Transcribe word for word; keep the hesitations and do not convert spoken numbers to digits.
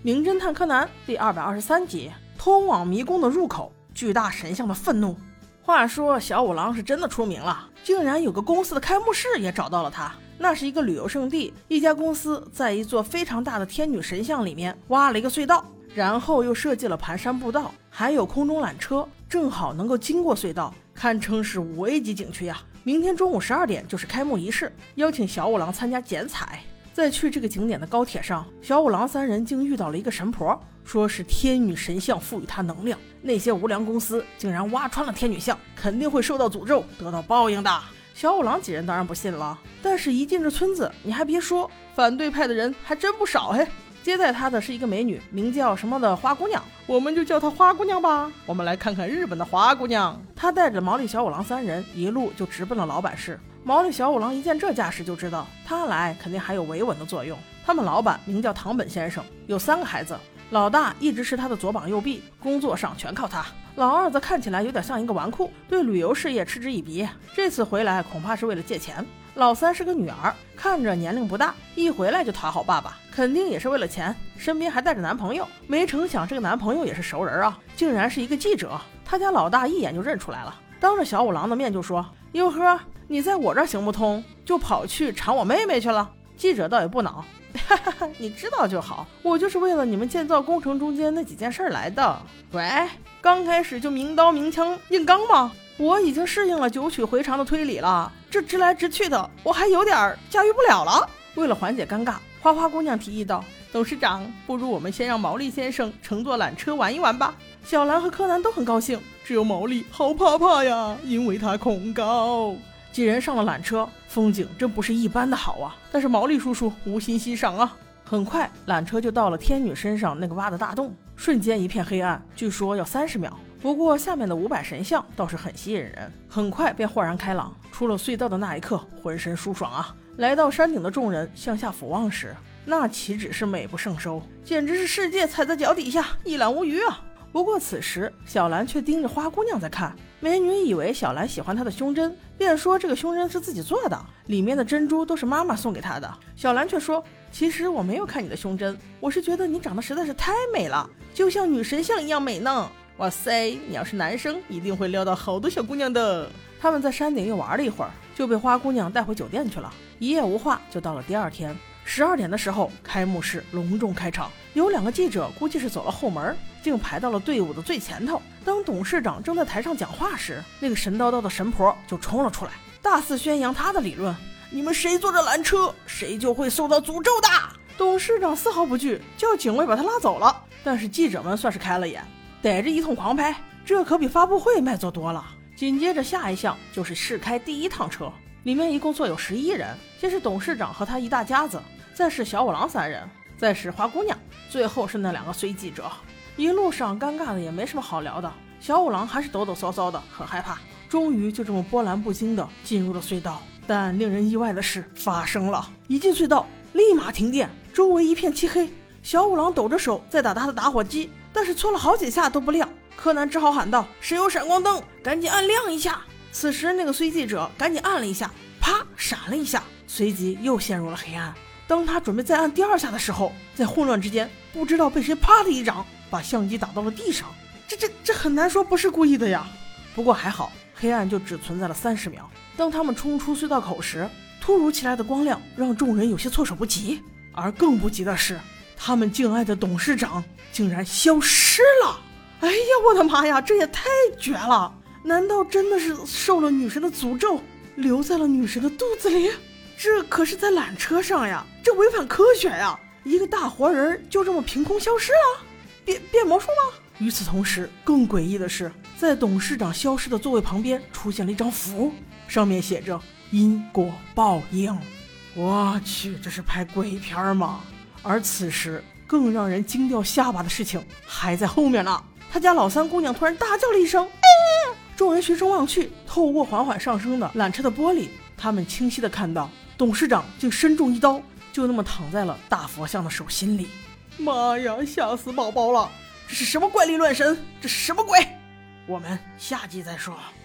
名侦探柯南第二百二十三集，通往迷宫的入口，巨大神像的愤怒。话说小五郎是真的出名了，竟然有个公司的开幕式也找到了他。那是一个旅游胜地，一家公司在一座非常大的天女神像里面挖了一个隧道，然后又设计了盘山步道，还有空中缆车，正好能够经过隧道，堪称是五 A 级景区呀。明天中午十二点就是开幕仪式，邀请小五郎参加剪彩。在去这个景点的高铁上，小五郎三人竟遇到了一个神婆，说是天女神像赋予他能量，那些无良公司竟然挖穿了天女像，肯定会受到诅咒，得到报应的。小五郎几人当然不信了，但是一进这村子，你还别说，反对派的人还真不少嘿。接待他的是一个美女，名叫什么的花姑娘，我们就叫她花姑娘吧。我们来看看日本的花姑娘。她带着毛利小五郎三人一路就直奔了老板室。毛利小五郎一见这架势就知道他来肯定还有维稳的作用。他们老板名叫堂本先生，有三个孩子，老大一直是他的左膀右臂，工作上全靠他。老二则看起来有点像一个纨绔，对旅游事业嗤之以鼻，这次回来恐怕是为了借钱。老三是个女儿，看着年龄不大，一回来就讨好爸爸，肯定也是为了钱，身边还带着男朋友。没成想这个男朋友也是熟人啊，竟然是一个记者。他家老大一眼就认出来了，当着小五郎的面就说：哟呵，你在我这儿行不通，就跑去缠我妹妹去了。记者倒也不恼，哈哈哈，你知道就好，我就是为了你们建造工程中间那几件事来的。喂，刚开始就明刀明枪硬刚吗？我已经适应了九曲回肠的推理了，这直来直去的我还有点驾驭不了了。为了缓解尴尬，花花姑娘提议道：董事长，不如我们先让毛利先生乘坐缆车玩一玩吧。小兰和柯南都很高兴，只有毛利好怕怕呀，因为他恐高。几人上了缆车，风景真不是一般的好啊，但是毛利叔叔无心欣赏啊。很快缆车就到了天女身上那个挖的大洞，瞬间一片黑暗，据说要三十秒。不过下面的五百神像倒是很吸引人，很快便豁然开朗。出了隧道的那一刻，浑身舒爽啊！来到山顶的众人向下俯望时，那岂止是美不胜收，简直是世界踩在脚底下，一览无余啊！不过此时小兰却盯着花姑娘在看，美女以为小兰喜欢她的胸针，便说这个胸针是自己做的，里面的珍珠都是妈妈送给她的。小兰却说，其实我没有看你的胸针，我是觉得你长得实在是太美了，就像女神像一样美呢。哇塞，你要是男生一定会撩到好多小姑娘的。他们在山顶又玩了一会儿，就被花姑娘带回酒店去了。一夜无话，就到了第二天十二点的时候，开幕式隆重开场，有两个记者估计是走了后门，竟排到了队伍的最前头。当董事长正在台上讲话时，那个神叨叨的神婆就冲了出来，大肆宣扬他的理论：你们谁坐着缆车，谁就会受到诅咒的。董事长丝毫不惧，叫警卫把他拉走了。但是记者们算是开了眼，逮着一通狂拍，这可比发布会卖座多了。紧接着下一项就是试开第一趟车，里面一共坐有十一人，先是董事长和他一大家子，再是小五郎三人，再是花姑娘，最后是那两个随记者。一路上尴尬的也没什么好聊的，小五郎还是抖抖嗦嗦的，很害怕。终于就这么波澜不惊的进入了隧道，但令人意外的事发生了，一进隧道立马停电，周围一片漆黑。小五郎抖着手在打他的打火机，但是搓了好几下都不亮。柯南只好喊道：谁有闪光灯，赶紧按亮一下。此时那个随记者赶紧按了一下，啪，闪了一下，随即又陷入了黑暗。当他准备再按第二下的时候，在混乱之间不知道被谁啪的一掌把相机打到了地上。这这这很难说不是故意的呀。不过还好，黑暗就只存在了三十秒。当他们冲出隧道口时，突如其来的光亮让众人有些措手不及，而更不及的是，他们敬爱的董事长竟然消失了。哎呀，我的妈呀，这也太绝了！难道真的是受了女神的诅咒，留在了女神的肚子里？这可是在缆车上呀，这违反科学呀！一个大活人就这么凭空消失了？变变魔术吗？与此同时，更诡异的是，在董事长消失的座位旁边出现了一张符，上面写着因果报应。我去，这是拍鬼片吗？而此时更让人惊掉下巴的事情还在后面呢。他家老三姑娘突然大叫了一声，哎！众人循声望去，透过缓缓上升的缆车的玻璃，他们清晰地看到董事长竟身中一刀，就那么躺在了大佛像的手心里。妈呀，吓死宝宝了！这是什么怪力乱神？这是什么鬼？我们下集再说。